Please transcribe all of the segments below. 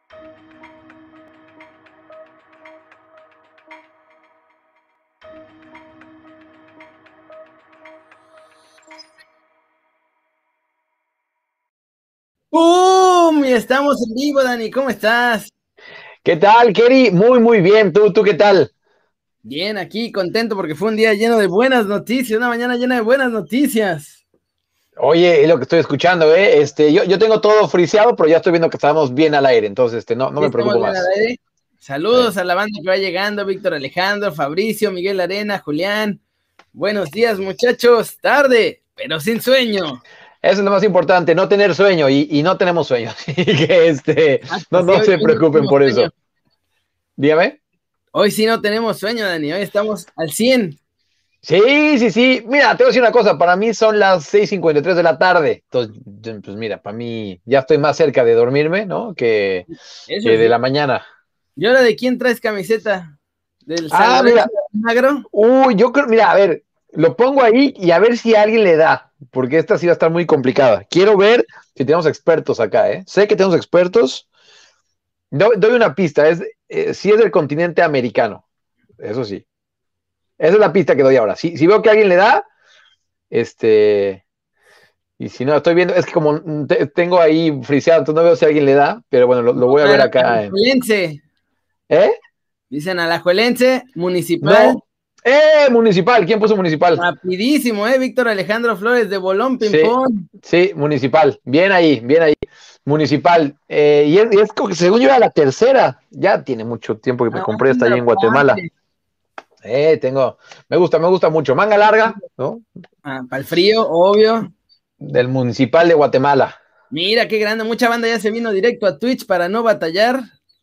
¡Pum! Y estamos en vivo, Dani. ¿Cómo estás? ¿Qué tal, Kerry? Muy, muy bien. ¿Tú qué tal? Bien, aquí contento porque fue un día lleno de buenas noticias, una mañana llena de buenas noticias. Oye, es lo que estoy escuchando, ¿eh? Yo tengo todo friseado, pero ya estoy viendo que estamos bien al aire, entonces no ¿Sí me estamos preocupo bien al más. aire? Eh, Saludos a la banda que va llegando, Víctor Alejandro, Fabricio, Miguel Arena, Julián. Buenos días, muchachos. Tarde, pero sin sueño. Eso es lo más importante, no tener sueño, y no tenemos sueño, así que Hasta no, si no se hoy no preocupen tenemos por sueño. eso. Dígame. Hoy sí no tenemos sueño, Dani. Hoy estamos al 100. Sí, sí, sí. Mira, te voy a decir una cosa, para mí son las 6:53 de la tarde. Entonces, pues mira, para mí ya estoy más cerca de dormirme, ¿no? Eso Que de sí. la mañana. ¿Y ahora de quién traes camiseta? ¿Del San Ah, Lorenzo mira, de Almagro? uy, yo creo, mira, a ver, lo pongo ahí y a ver si a alguien le da, porque esta sí va a estar muy complicada. Quiero ver si tenemos expertos acá, ¿eh? Sé que tenemos expertos. Doy una pista, sí es del continente americano, eso sí. Esa es la pista que doy ahora. Si veo que alguien le da, este, y si no, estoy viendo, es que como tengo ahí friseado, entonces no veo si alguien le da, pero bueno, lo voy a ver acá. Alajuelense. ¿Eh? Dicen Alajuelense, Municipal. No. Municipal, ¿quién puso municipal? Rapidísimo, Víctor Alejandro Flores de Bolón Sí, Ping-Pong. sí, municipal. Bien ahí, bien ahí. Municipal. Y es como que según yo era la tercera. Ya tiene mucho tiempo que me Ah, compré hasta allí número en Guatemala. padre. Me gusta mucho. Manga larga, ¿no? Ah, para el frío, obvio. Del municipal de Guatemala. Mira qué grande, mucha banda ya se vino directo a Twitch para no batallar.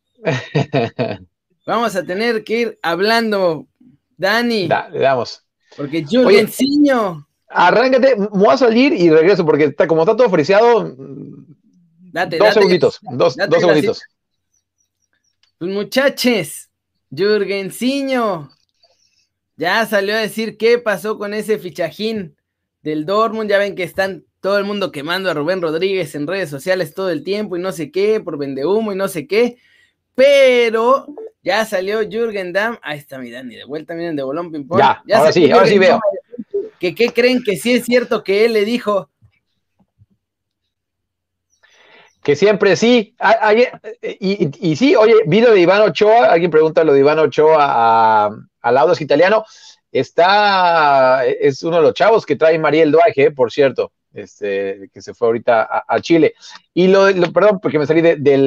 Vamos a tener que ir hablando, Dani, Le damos. porque Oye, Jürgensinho. arráncate, me voy a salir y regreso porque como está todo friseado, Date, dos date segunditos, grasita, dos date grasita. segunditos. Pues muchaches, Jürgensinho ya salió a decir qué pasó con ese fichajín del Dortmund. Ya ven que están todo el mundo quemando a Rubén Rodríguez en redes sociales todo el tiempo y no sé qué, por vendehumo y no sé qué. Pero ya salió Jürgen Damm. Ahí está mi Dani, de vuelta, miren, de bolón ping-pong. Ya, Ya salió ahora sí Jürgen Damm veo. a decir que qué creen que sí es cierto que él le dijo. Que siempre sí. Y sí, oye, vi lo de Iván Ochoa, alguien pregunta lo de Iván Ochoa al lado es italiano. Es uno de los chavos que trae Mariel Duaje, por cierto, que se fue ahorita a Chile. Y perdón, porque me salí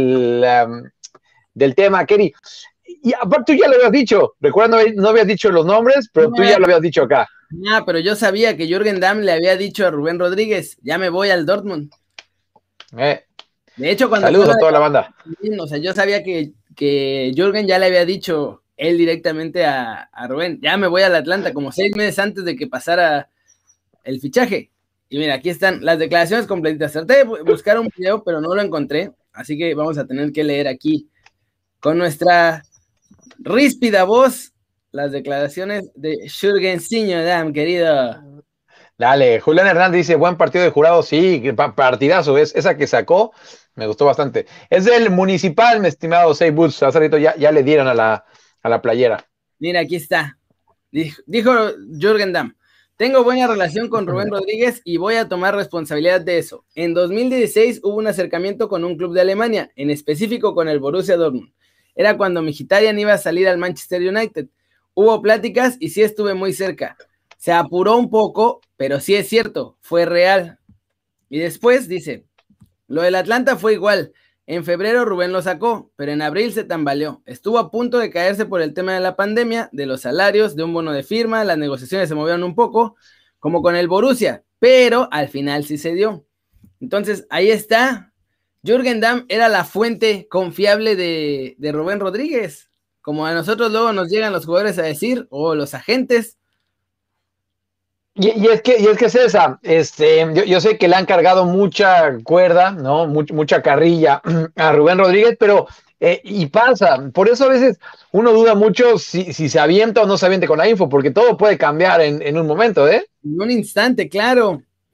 del tema, Kerry. Y aparte tú ya lo habías dicho, recuerda, no habías dicho los nombres, pero tú ya lo habías dicho acá. Pero yo sabía que Jürgen Damm le había dicho a Rubén Rodríguez, ya me voy al Dortmund. Eh, De hecho, cuando fue Saludos la a toda la banda. declaración, o sea, yo sabía que Jürgen ya le había dicho él directamente a Rubén, ya me voy al Atlanta, como 6 meses antes de que pasara el fichaje. Y mira, aquí están las declaraciones completitas. Traté de buscar un video, pero no lo encontré, así que vamos a tener que leer aquí con nuestra ríspida voz las declaraciones de Jürgen Damm, querido. Dale, Julián Hernández dice, buen partido de jurado, sí, partidazo, esa que sacó, me gustó bastante. Es del Municipal, mi estimado Say Boots, hace rato ya le dieron a la playera. Mira, aquí está. Dijo Jürgen Damm, tengo buena relación con Rubén Rodríguez y voy a tomar responsabilidad de eso. En 2016 hubo un acercamiento con un club de Alemania, en específico con el Borussia Dortmund. Era cuando Mkhitaryan iba a salir al Manchester United. Hubo pláticas y sí estuve muy cerca. Se apuró un poco, pero sí es cierto, fue real. Y después dice, lo del Atlanta fue igual. En febrero Rubén lo sacó, pero en abril se tambaleó. Estuvo a punto de caerse por el tema de la pandemia, de los salarios, de un bono de firma, las negociaciones se movieron un poco, como con el Borussia, pero al final sí se dio. Entonces, ahí está. Jürgen Damm era la fuente confiable de Rubén Rodríguez. Como a nosotros luego nos llegan los jugadores a decir, o los agentes. Y es que es esa, yo sé que le han cargado mucha cuerda, ¿no? Mucha carrilla a Rubén Rodríguez, pero, y pasa, por eso a veces uno duda mucho si se avienta o no se avienta con la info, porque todo puede cambiar en un momento, ¿eh? En un instante, claro.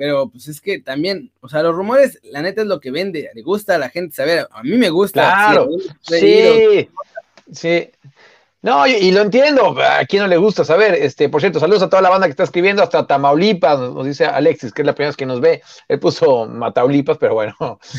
pero pues es que también, o sea, los rumores, la neta es lo que vende, le gusta a la gente saber, a mí me gusta. Claro, sí, sí. No, y lo entiendo, a quién no le gusta saber. Por cierto, saludos a toda la banda que está escribiendo, hasta Tamaulipas, nos dice Alexis, que es la primera vez que nos ve. Él puso Mataulipas, pero bueno,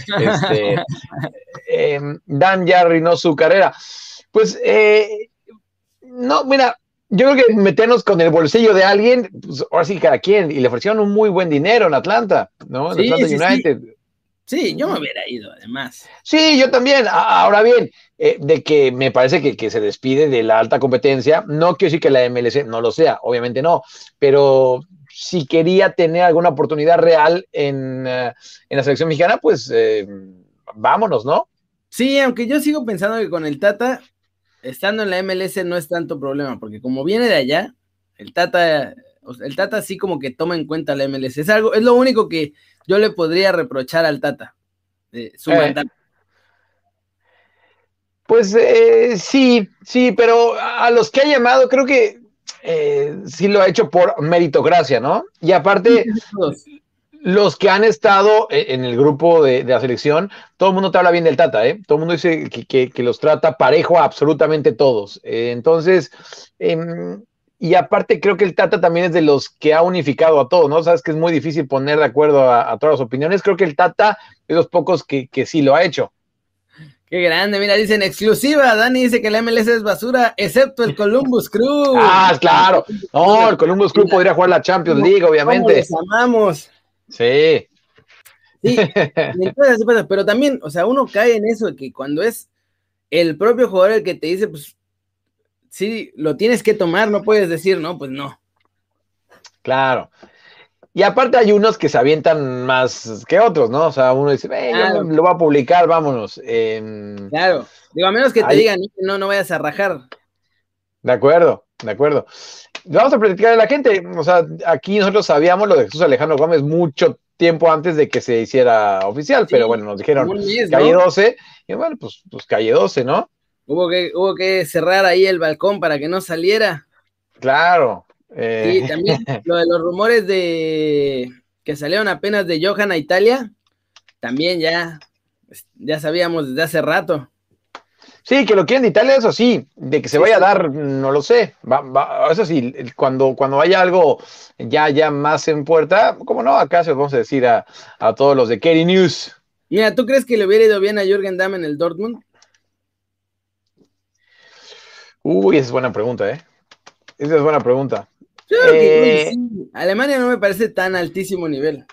Dan ya arruinó su carrera. Pues, no, mira, yo creo que meternos con el bolsillo de alguien, pues ahora sí, cada quien, y le ofrecieron un muy buen dinero en Atlanta, ¿no? En Sí, Atlanta sí, United. sí. Sí, yo me hubiera ido, además. Sí, yo también. Ahora bien, de que me parece que se despide de la alta competencia, no quiero decir que la MLC no lo sea, obviamente no, pero si quería tener alguna oportunidad real en la selección mexicana, pues vámonos, ¿no? Sí, aunque yo sigo pensando que con el Tata, estando en la MLS no es tanto problema, porque como viene de allá, el Tata sí como que toma en cuenta la MLS. Es lo único que yo le podría reprochar al Tata, su Eh, mandato. pues sí, sí, pero a los que ha llamado creo que sí lo ha hecho por meritocracia, ¿no? Y Sí, aparte, casi todos. los que han estado en el grupo de la selección, todo el mundo te habla bien del Tata, ¿eh? Todo el mundo dice que los trata parejo a absolutamente todos. Entonces, y aparte creo que el Tata también es de los que ha unificado a todos, ¿no? Sabes que es muy difícil poner de acuerdo a todas las opiniones. Creo que el Tata es de los pocos que sí lo ha hecho. Qué grande, mira, dicen exclusiva, Dani dice que la MLS es basura, excepto el Columbus Crew. Ah, claro. No, el Columbus Crew podría jugar la Champions League, ¿Cómo obviamente. los amamos? Sí. Sí, pero también, o sea, uno cae en eso de que cuando es el propio jugador el que te dice, pues sí, lo tienes que tomar, no puedes decir, no, pues no. Claro. Y aparte hay unos que se avientan más que otros, ¿no? O sea, uno dice, yo Claro, lo voy a publicar, vámonos. claro. Digo, a menos que te Hay, digan, no, no vayas a rajar. de acuerdo, de acuerdo. Vamos a platicar a la gente. O sea, aquí nosotros sabíamos lo de Jesús Alejandro Gómez mucho tiempo antes de que se hiciera oficial, pero Sí, bueno, nos como dijeron un mes, calle ¿no? 12, y bueno, pues calle 12, ¿no? Hubo que cerrar ahí el balcón para que no saliera. Claro. Sí, también lo de los rumores de que salieron apenas de Johan a Italia, también ya sabíamos desde hace rato. Sí, que lo quieren de Italia, eso sí, de que se Sí, vaya a sí. dar, no lo sé. Eso sí, cuando haya algo ya más en puerta, ¿cómo no? Acá se los vamos a decir a todos los de Kerry News. Mira, ¿tú crees que le hubiera ido bien a Jürgen Damm en el Dortmund? Uy, esa es buena pregunta, ¿eh? Esa es buena pregunta. Yo creo que igual y sí. Alemania no me parece tan altísimo nivel.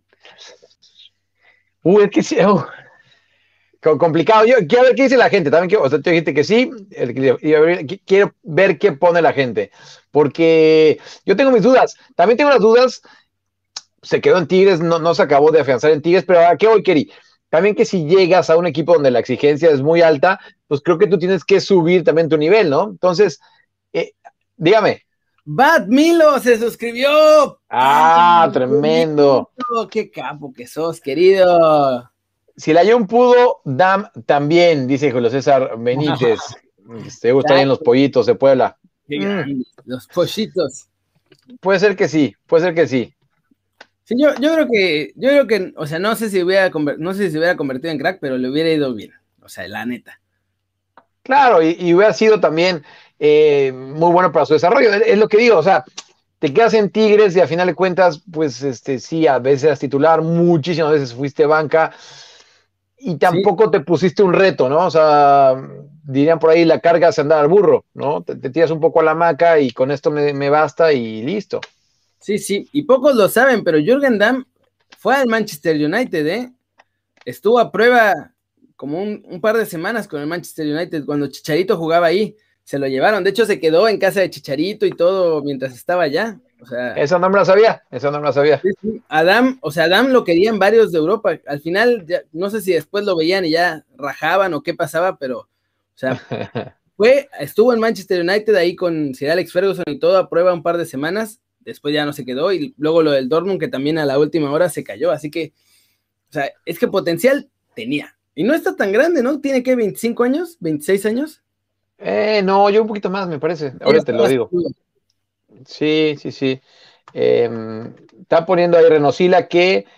Es que sí, complicado. Yo quiero ver qué dice la gente. También o sea, tú dijiste que sí. Quiero ver qué pone la gente. Porque yo tengo mis dudas. También tengo las dudas. Se quedó en Tigres, no se acabó de afianzar en Tigres, pero ¿a qué voy, Kerry? También que si llegas a un equipo donde la exigencia es muy alta, pues creo que tú tienes que subir también tu nivel, ¿no? Entonces, eh, dígame. Bad Milo se suscribió. Ah, tremendo. Qué capo que sos, querido. Si la John pudo, Dam también, dice Julio César Benítez. Te gustan bien los Exacto, pollitos de Puebla. qué grande. Los pollitos. Puede ser que sí, puede ser que sí. Sí, yo creo que, o sea, no sé si se hubiera convertido en crack, pero le hubiera ido bien. O sea, la neta. Claro, y hubiera sido también muy bueno para su desarrollo. Es lo que digo, o sea, te quedas en Tigres y a final de cuentas, pues sí, a veces eras titular, muchísimas veces fuiste banca y Sí, tampoco te pusiste un reto, ¿no? O sea, dirían por ahí, la carga se anda al burro, ¿no? Te tiras un poco a la hamaca y con esto me basta y listo. sí, sí. Y pocos lo saben, pero Jürgen Damm fue al Manchester United, ¿eh? Estuvo a prueba como un par de semanas con el Manchester United cuando Chicharito jugaba ahí. Se lo llevaron. De hecho, se quedó en casa de Chicharito y todo mientras estaba allá. O sea, Esa no me la sabía, esa no me la sabía. sí, sí. Adam lo querían varios de Europa. Al final, no sé si después lo veían y ya rajaban o qué pasaba, pero, o sea, estuvo en Manchester United ahí con Sir Alex Ferguson y todo a prueba un par de semanas. Después ya no se quedó y luego lo del Dortmund que también a la última hora se cayó. Así que, o sea, es que potencial tenía. Y no está tan grande, ¿no? Tiene que 25 años, 26 años. No, yo un poquito más, me parece. Ya Ahora te lo estaba digo. seguro. Sí, sí, sí. Está poniendo ahí Renosila que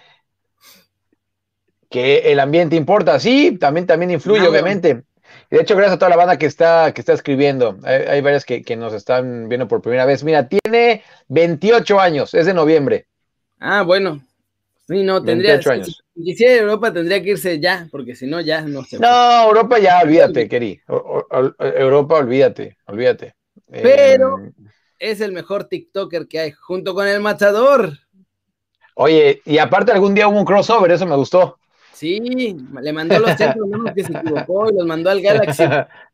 el ambiente importa. Sí, también influye, Claro. obviamente. Y de hecho, gracias a toda la banda que está escribiendo. Hay varias que nos están viendo por primera vez. Mira, tiene 28 años, es de noviembre. Ah, bueno. Sí, no, tendría, 28 si años. quisiera Europa tendría que irse ya, porque si no, ya no se fue. No, Europa ya, olvídate, Keri. Europa, olvídate. Pero es el mejor TikToker que hay, junto con el Matador. Oye, y aparte algún día hubo un crossover, eso me gustó. Sí, le mandó los centros, nada que se equivocó y los mandó al Galaxy.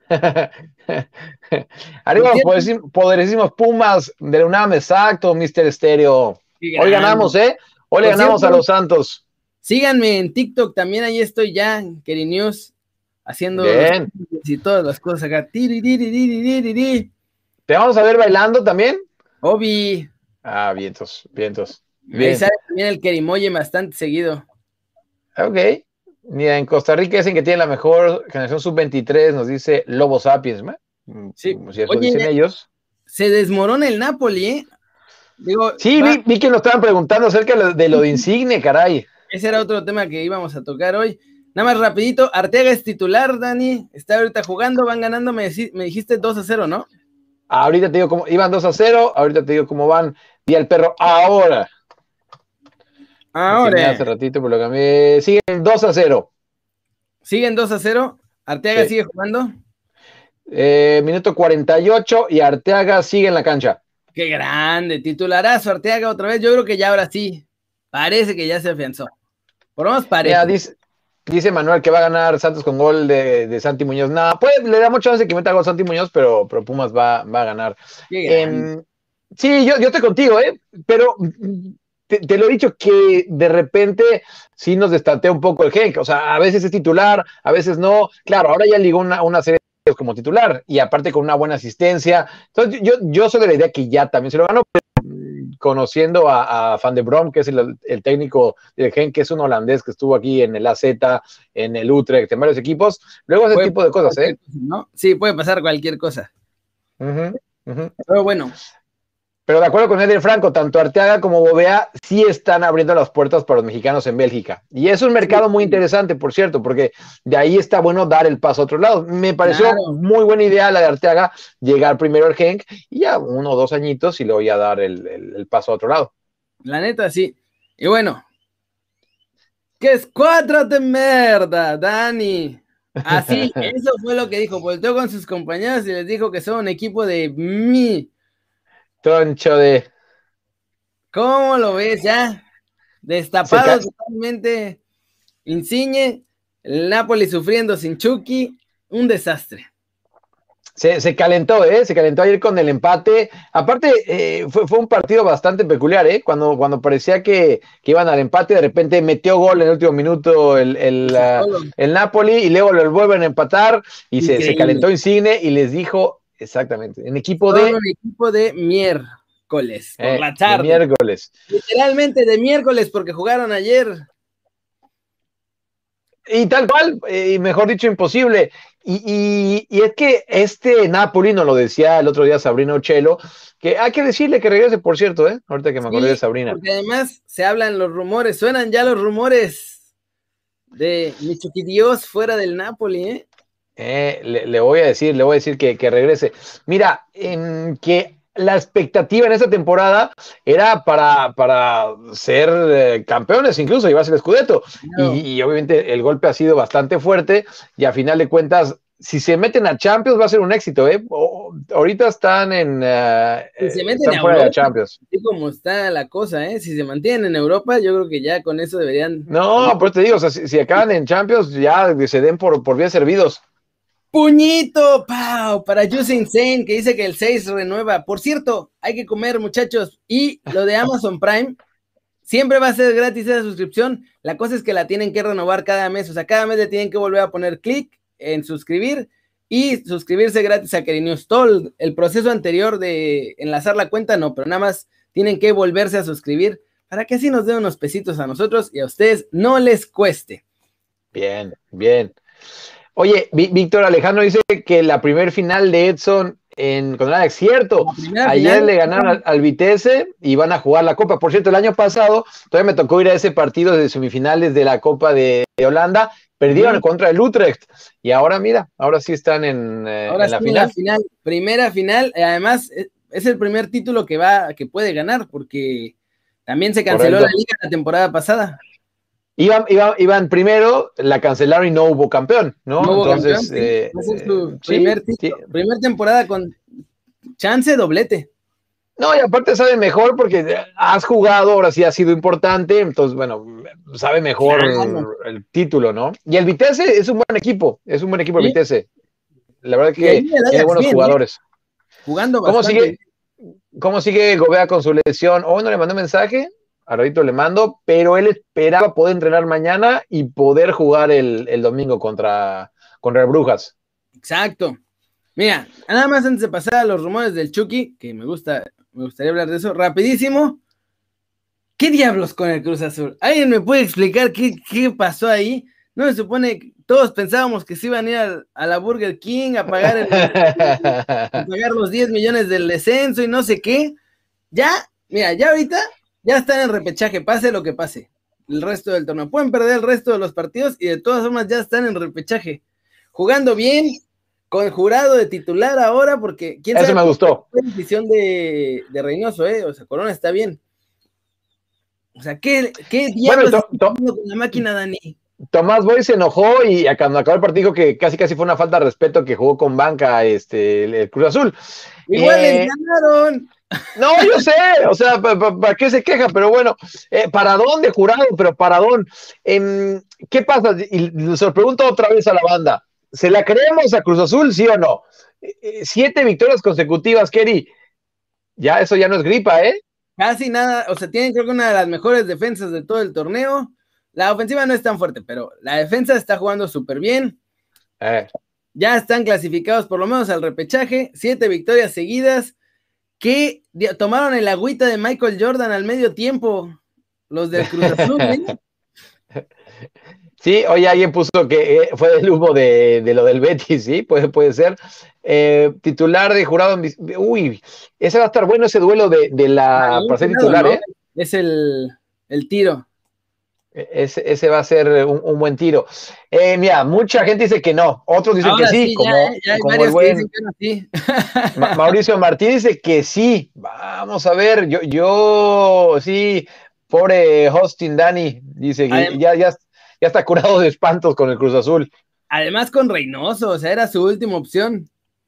Por Arriba los cierto, poderosísimos Pumas de la UNAM, exacto, Mister Estéreo. qué Hoy ganamos, grande. ¿eh? Hoy le Por ganamos a cierto, los Santos. síganme en TikTok, también ahí estoy ya, Keri News, haciendo los Bien. y todas las cosas acá. Tiririririririri. ¿Te vamos a ver bailando también? Obi, Ah, vientos. ahí Bien. sale también el Kerimoye bastante seguido. Ok. Mira, en Costa Rica dicen que tiene la mejor generación sub-23, nos dice Lobo Sapiens, ¿no? Sí, Si eso oye, dicen ellos. se desmorona el Napoli, ¿eh? Digo, Sí, va, vi que nos estaban preguntando acerca de lo de Insigne, caray. ese era otro tema que íbamos a tocar hoy. Nada más rapidito, Arteaga es titular, Dani, está ahorita jugando, van ganando, me dijiste 2-0, ¿no? Ahorita te digo cómo, iban 2-0, ahorita te digo cómo van. Y el perro ahora. Me firmé hace Ahora, ratito, pero lo cambié. Siguen 2-0. siguen 2-0, Arteaga Sí. sigue jugando. Minuto 48 y Arteaga sigue en la cancha. Qué grande, titularazo Arteaga otra vez, yo creo que ya ahora sí, parece que ya se afianzó. Por lo menos Mira, parece. dice Manuel que va a ganar Santos con gol de Santi Muñoz. Nada, pues le da mucha chance que meta gol Santi Muñoz, pero Pumas va a ganar. Qué grande. Sí, yo estoy contigo, pero te lo he dicho que de repente sí nos destantea un poco el Genk. O sea, a veces es titular, a veces no. Claro, ahora ya ligó una serie de como titular y aparte con una buena asistencia. Entonces yo soy de la idea que ya también se lo ganó, pero conociendo a Van de Brom, que es el técnico del Genk, que es un holandés que estuvo aquí en el AZ, en el Utrecht, en varios equipos, luego ese Puede tipo de pasar cosas, cualquier cosa, ¿no? Sí, puede pasar cualquier cosa. Uh-huh, uh-huh. Pero bueno, Pero de acuerdo con Edel Franco, tanto Arteaga como Bovea sí están abriendo las puertas para los mexicanos en Bélgica. Y es un mercado muy sí, interesante, por cierto, porque de ahí está bueno dar el paso a otro lado. Me pareció claro, muy buena idea la de Arteaga, llegar primero al Genk y ya 1 o 2 añitos y luego ya dar el paso a otro lado. la neta sí. Y bueno, ¡qué escuadra de merda, Dani! Así, eso fue lo que dijo. Volteó con sus compañeros y les dijo que son un equipo de mí. Troncho de... ¿Cómo lo ves ya? Se, Destapado ca totalmente. Insigne, el Napoli sufriendo sin Chucky, un desastre. se calentó, se calentó ayer con el empate. Aparte, fue un partido bastante peculiar, cuando parecía que iban al empate, de repente metió gol en el último minuto Eso solo. el Napoli y luego lo vuelven a empatar y se Increíble. calentó Insigne y les dijo exactamente, en equipo Son un equipo de miércoles por la de tarde. miércoles. Literalmente de miércoles porque jugaron ayer. Y tal cual, y mejor dicho, imposible. Y es que este Napoli, nos lo decía el otro día Sabrina Ochelo, que hay que decirle que regrese, por cierto, ahorita que me acordé de Sí, Sabrina. porque además se hablan los rumores, suenan ya los rumores de Michuki Dios fuera del Napoli, ¿eh? Le voy a decir que regrese. Mira, en que la expectativa en esta temporada era para ser campeones, incluso llevarse el Scudetto. Claro. Y obviamente el golpe ha sido bastante fuerte y a final de cuentas, si se meten a Champions va a ser un éxito. Ahorita están Si se meten a están fuera de la Europa, Champions. así como está la cosa, ¿eh? Si se mantienen en Europa, yo creo que ya con eso deberían. No, pues te digo, o sea, si acaban en Champions, ya se den por bien servidos. Puñito, ¡pau! Para Yusin Sen, que dice que el 6 renueva. Por cierto, hay que comer, muchachos. Y lo de Amazon Prime, siempre va a ser gratis esa suscripción. La cosa es que la tienen que renovar cada mes. O sea, cada mes le tienen que volver a poner clic en suscribir y suscribirse gratis a News. Todo el proceso anterior de enlazar la cuenta, no, pero nada más tienen que volverse a suscribir para que así nos den unos pesitos a nosotros y a ustedes no les cueste. Bien, bien. Oye, Víctor Alejandro dice que la primer final de Edson con el Ajax, cierto. Ayer le ganaron al Vitesse y van a jugar la Copa. Por cierto, el año pasado todavía me tocó ir a ese partido de semifinales de la Copa de Holanda. Perdieron contra el Utrecht y ahora mira, ahora sí están en la final. Primera final, además es el primer título que puede ganar porque también se canceló la liga la temporada pasada. Iban primero, la cancelaron y no hubo campeón, ¿no? Entonces, campeón, es su primer temporada con chance doblete. No, y aparte sabe mejor porque has jugado, ahora sí ha sido importante, entonces, bueno, sabe mejor el título, ¿no? Y el Vitesse es un buen equipo el Vitesse. La verdad que tiene buenos jugadores. Jugando bastante. ¿Cómo sigue Gobea con su lesión? Hoy no le mandó mensaje, a ratito le mando, pero él esperaba poder entrenar mañana y poder jugar el domingo contra el Brujas. Exacto. Mira, nada más antes de pasar a los rumores del Chucky, que me gustaría hablar de eso, rapidísimo. ¿Qué diablos con el Cruz Azul? ¿Alguien me puede explicar qué pasó ahí? No se supone que todos pensábamos que se iban a ir a la Burger King a pagar a pagar los 10 millones del descenso y no sé qué. Ya ahorita ya están en repechaje, pase lo que pase. El resto del torneo. Pueden perder el resto de los partidos y de todas formas ya están en repechaje. Jugando bien, con Jurado de titular ahora, porque quién sabe. Eso me gustó. La decisión de Reynoso, o sea, Corona está bien. O sea, ¿qué diablos está haciendo con la máquina, Dani? Tomás Boy se enojó y cuando acabó el partido que casi fue una falta de respeto que jugó con banca el Cruz Azul. Igual les ganaron. No, yo sé, o sea, ¿para qué se queja? Pero bueno, ¿paradón de Jurado? Pero ¿paradón? ¿Qué pasa? Y se lo pregunto otra vez a la banda. ¿Se la creemos a Cruz Azul, sí o no? 7 victorias consecutivas, Kerry. Ya, eso ya no es gripa, ¿eh? Casi nada, o sea, tienen creo que una de las mejores defensas de todo el torneo. La ofensiva no es tan fuerte, pero la defensa está jugando súper bien. Ya están clasificados por lo menos al repechaje, 7 victorias seguidas, que tomaron el agüita de Michael Jordan al medio tiempo, los del Cruz Azul, ¿eh? Sí, hoy alguien puso que fue el humo de lo del Betis, sí, puede ser. Titular de Jurado, uy, ese va a estar bueno, ese duelo de la para ser titular, ¿no? Es el tiro. Ese va a ser un buen tiro. Mira, mucha gente dice que no, otros dicen ahora que sí, como el buen que no, sí. Mauricio Martí dice que sí. Vamos a ver, yo sí, pobre Austin Dani, dice que ya está curado de espantos con el Cruz Azul. Además con Reynoso, o sea, era su última opción.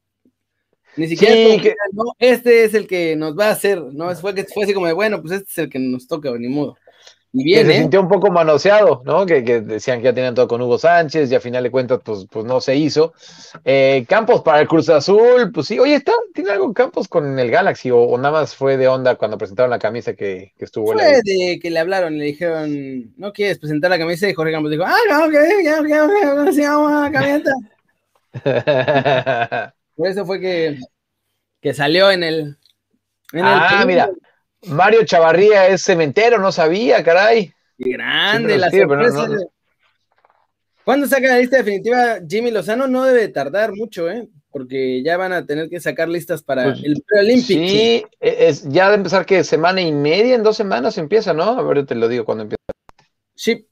Ni siquiera sí, no, este es el que nos va a hacer, no fue así como de, bueno, pues este es el que nos toca, ni modo. Y bien, que se sintió un poco manoseado, ¿no? Que decían que ya tenían todo con Hugo Sánchez y a final de cuentas, pues no se hizo. Campos para el Cruz Azul, pues sí. Oye, ¿tiene algo Campos con el Galaxy o nada más fue de onda cuando presentaron la camisa que estuvo? Fue de que le hablaron, le dijeron, ¿no quieres presentar la camisa? Y Jorge Campos dijo, no, ya, la camioneta. Por eso fue que salió en el mira. Mario Chavarría es cementero, no sabía, caray. Qué grande la sorpresa. No. ¿Cuándo saca la lista definitiva Jimmy Lozano? No debe tardar mucho, porque ya van a tener que sacar listas para el Preolímpico. Sí, ya de empezar que semana y media, en 2 semanas empieza, ¿no? A ver, te lo digo cuando empieza. Sí.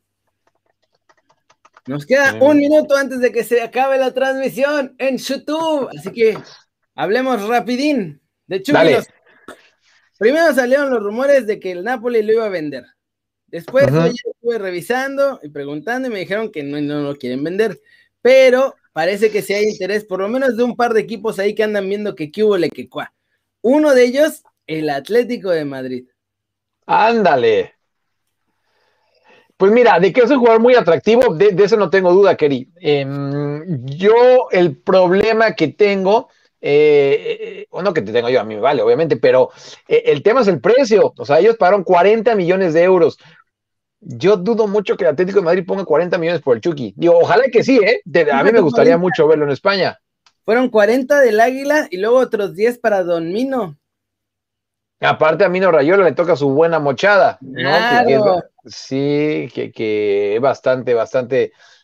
Nos queda 1 minuto antes de que se acabe la transmisión en YouTube, así que hablemos rapidín de Chucky Lozano. Primero salieron los rumores de que el Napoli lo iba a vender. Después yo estuve revisando y preguntando y me dijeron que no lo quieren vender. Pero parece que sí hay interés, por lo menos de un par de equipos ahí que andan viendo que qué hubo le que cuá. Uno de ellos, el Atlético de Madrid. ¡Ándale! Pues mira, de que es un jugador muy atractivo, de eso no tengo duda, Kerry. Yo el problema que tengo... no que te tengo yo, a mí me vale, obviamente, pero el tema es el precio. O sea, ellos pagaron 40 millones de euros. Yo dudo mucho que el Atlético de Madrid ponga 40 millones por el Chucky. Digo, ojalá que sí, a mí me gustaría mucho verlo en España. Fueron 40 del Águila y luego otros 10 para Don Mino. Aparte a Mino Rayola le toca su buena mochada, ¿no? Claro. Sí, que es bastante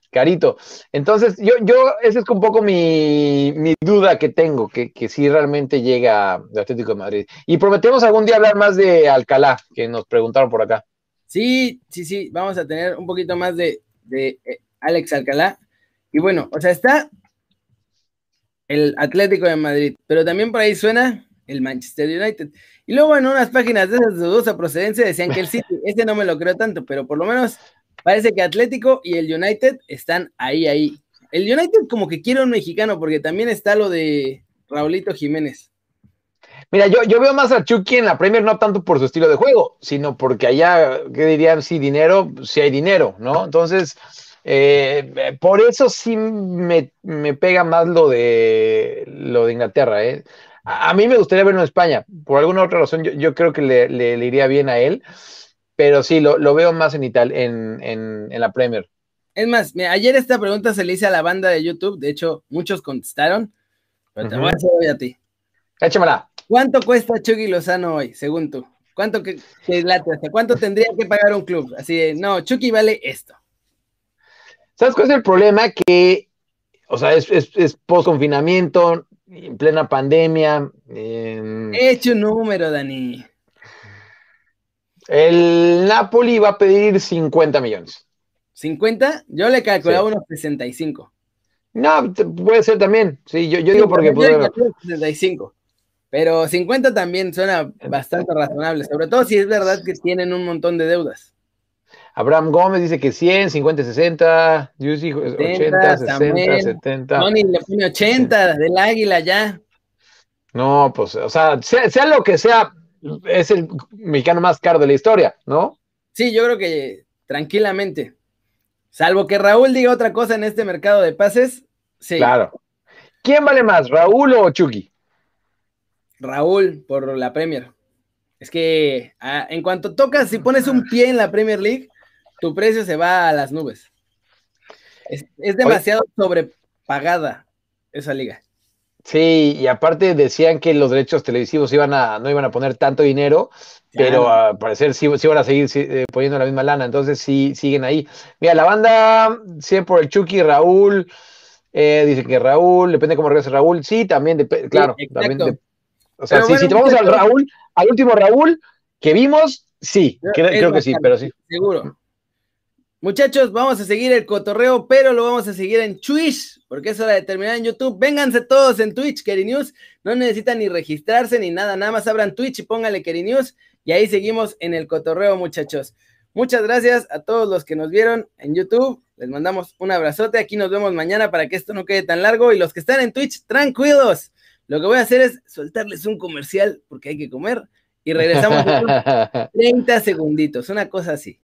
carito. Entonces, esa es un poco mi duda que tengo, que si realmente llega el Atlético de Madrid. Y prometemos algún día hablar más de Alcalá, que nos preguntaron por acá. Sí, vamos a tener un poquito más de Alex Alcalá. Y bueno, o sea, está el Atlético de Madrid, pero también por ahí suena el Manchester United. Y luego en unas páginas de esas de dudosa procedencia decían que el City, este no me lo creo tanto, pero por lo menos parece que Atlético y el United están ahí. El United como que quiere un mexicano, porque también está lo de Raulito Jiménez. Mira, yo veo más a Chucky en la Premier no tanto por su estilo de juego, sino porque allá, ¿qué dirían? Si dinero, si hay dinero, ¿no? Entonces, por eso sí me pega más lo de Inglaterra, ¿eh? A mí me gustaría verlo en España. Por alguna otra razón, yo creo que le iría bien a él, pero sí, lo veo más en en la Premier. Es más, mira, ayer esta pregunta se le hice a la banda de YouTube, de hecho, muchos contestaron, pero te voy a hacer hoy a ti. Échamela. ¿Cuánto cuesta Chucky Lozano hoy, según tú? ¿Cuánto que late? ¿Hasta cuánto tendría que pagar un club? Así de, no, Chucky vale esto. ¿Sabes cuál es el problema? Que, o sea, es post-confinamiento, en plena pandemia. He hecho un número, Dani. El Napoli va a pedir 50 millones. ¿50? Yo le calculaba Sí. unos 65. No, puede ser también. Sí, yo Sí, digo porque, pues yo le bueno. calculo 65. Pero 50 también suena bastante razonable, sobre todo si es verdad que tienen un montón de deudas. Abraham Gómez dice que 100, 50, 60. Yusi 80, 70, 60, Samuel, 70. Tony le pone 80 del Águila ya. No, pues, o sea, sea lo que sea, es el mexicano más caro de la historia, ¿no? Sí, yo creo que tranquilamente. Salvo que Raúl diga otra cosa en este mercado de pases, sí. Claro. ¿Quién vale más, Raúl o Chucky? Raúl por la Premier. Es que en cuanto tocas, si pones un pie en la Premier League, tu precio se va a las nubes. Es Oye, demasiado sobrepagada esa liga. sí, y aparte decían que los derechos televisivos no iban a poner tanto dinero, pero Claro. al parecer sí van a seguir poniendo la misma lana, entonces sí siguen ahí. Mira, la banda, 100 por el Chucky, Raúl, dice que Raúl, depende cómo regrese Raúl, sí, también, Sí, claro, también, exacto. o sea, Pero bueno, si te vamos al muchachos, Raúl, al último Raúl que vimos, sí, es creo que sí, bastante, pero sí. seguro. Muchachos, vamos a seguir el cotorreo, pero lo vamos a seguir en Twitch, porque es hora de terminar en YouTube. Vénganse todos en Twitch, Keri News. No necesitan ni registrarse ni nada, nada más abran Twitch y pónganle Keri News. Y ahí seguimos en el cotorreo, muchachos. Muchas gracias a todos los que nos vieron en YouTube. Les mandamos un abrazote. Aquí nos vemos mañana para que esto no quede tan largo. Y los que están en Twitch, tranquilos. Lo que voy a hacer es soltarles un comercial porque hay que comer. Y regresamos en 30 segunditos, una cosa así.